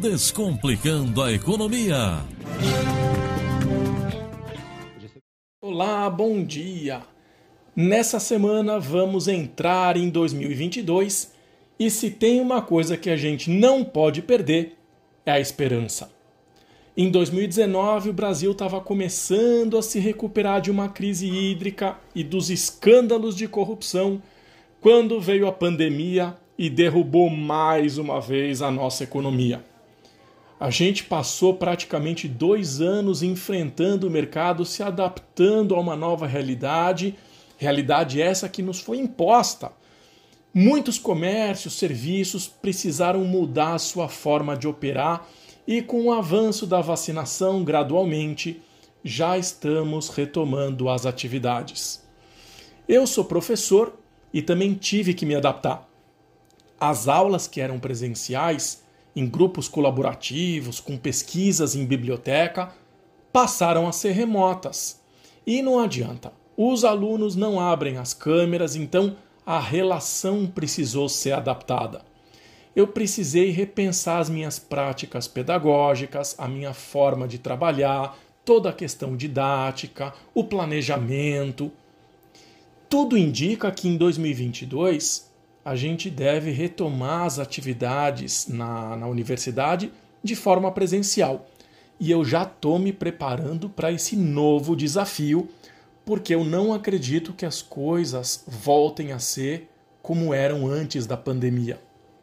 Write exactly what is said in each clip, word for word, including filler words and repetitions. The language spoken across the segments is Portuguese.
Descomplicando a Economia. Olá, bom dia! Nessa semana vamos entrar em dois mil e vinte e dois e se tem uma coisa que a gente não pode perder é a esperança. Em dois mil e dezenove o Brasil estava começando a se recuperar de uma crise hídrica e dos escândalos de corrupção quando veio a pandemia e derrubou mais uma vez a nossa economia. A gente passou praticamente dois anos enfrentando o mercado, se adaptando a uma nova realidade, realidade essa que nos foi imposta. Muitos comércios, serviços precisaram mudar a sua forma de operar e com o avanço da vacinação gradualmente, já estamos retomando as atividades. Eu sou professor e também tive que me adaptar. As aulas que eram presenciais, em grupos colaborativos, com pesquisas em biblioteca, passaram a ser remotas. E não adianta, os alunos não abrem as câmeras, então a relação precisou ser adaptada. Eu precisei repensar as minhas práticas pedagógicas, a minha forma de trabalhar, toda a questão didática, o planejamento. Tudo indica que em dois mil e vinte e dois a gente deve retomar as atividades na, na universidade de forma presencial. E eu já estou me preparando para esse novo desafio, porque eu não acredito que as coisas voltem a ser como eram antes da pandemia.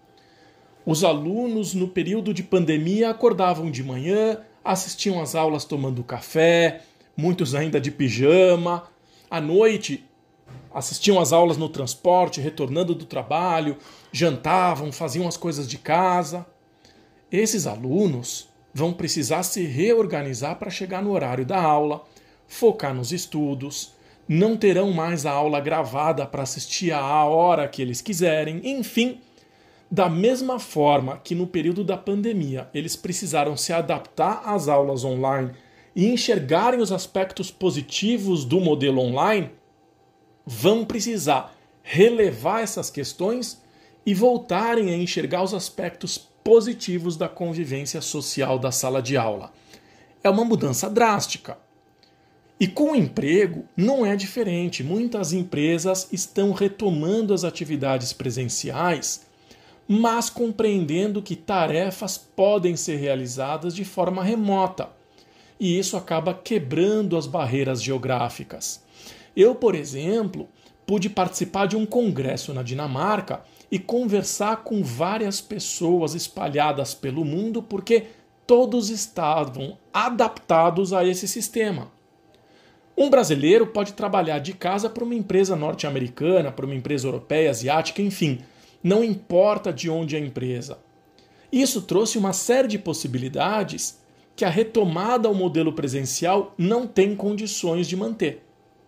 Os alunos, no período de pandemia, acordavam de manhã, assistiam às aulas tomando café, muitos ainda de pijama. À noite, assistiam às aulas no transporte, retornando do trabalho, jantavam, faziam as coisas de casa. Esses alunos vão precisar se reorganizar para chegar no horário da aula, focar nos estudos, não terão mais a aula gravada para assistir à hora que eles quiserem, enfim. Da mesma forma que no período da pandemia eles precisaram se adaptar às aulas online e enxergarem os aspectos positivos do modelo online, vão precisar relevar essas questões e voltarem a enxergar os aspectos positivos da convivência social da sala de aula. É uma mudança drástica. E com o emprego não é diferente. Muitas empresas estão retomando as atividades presenciais, mas compreendendo que tarefas podem ser realizadas de forma remota. E isso acaba quebrando as barreiras geográficas. Eu, por exemplo, pude participar de um congresso na Dinamarca e conversar com várias pessoas espalhadas pelo mundo porque todos estavam adaptados a esse sistema. Um brasileiro pode trabalhar de casa para uma empresa norte-americana, para uma empresa europeia, asiática, enfim, não importa de onde é a empresa. Isso trouxe uma série de possibilidades que a retomada ao modelo presencial não tem condições de manter.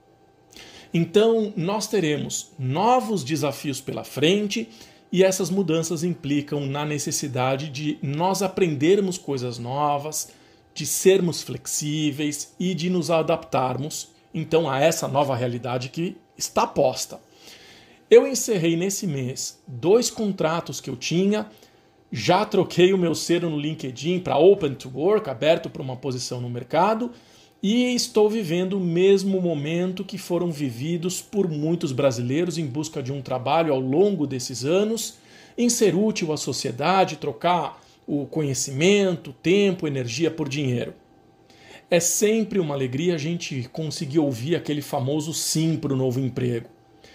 Então, nós teremos novos desafios pela frente e essas mudanças implicam na necessidade de nós aprendermos coisas novas, de sermos flexíveis e de nos adaptarmos, então, a essa nova realidade que está posta. Eu encerrei nesse mês dois contratos que eu tinha, já troquei o meu selo no LinkedIn para Open to Work, aberto para uma posição no mercado, e estou vivendo o mesmo momento que foram vividos por muitos brasileiros em busca de um trabalho ao longo desses anos, em ser útil à sociedade, trocar o conhecimento, tempo, energia por dinheiro. É sempre uma alegria a gente conseguir ouvir aquele famoso sim para o novo emprego.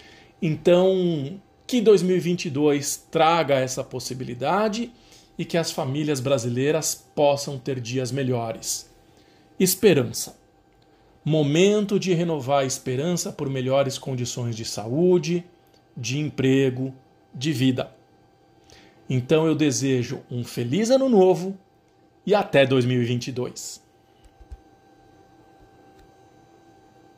Então, que dois mil e vinte e dois traga essa possibilidade e que as famílias brasileiras possam ter dias melhores. Esperança. Momento de renovar a esperança por melhores condições de saúde, de emprego, de vida. Então eu desejo um feliz ano novo e até dois mil e vinte e dois.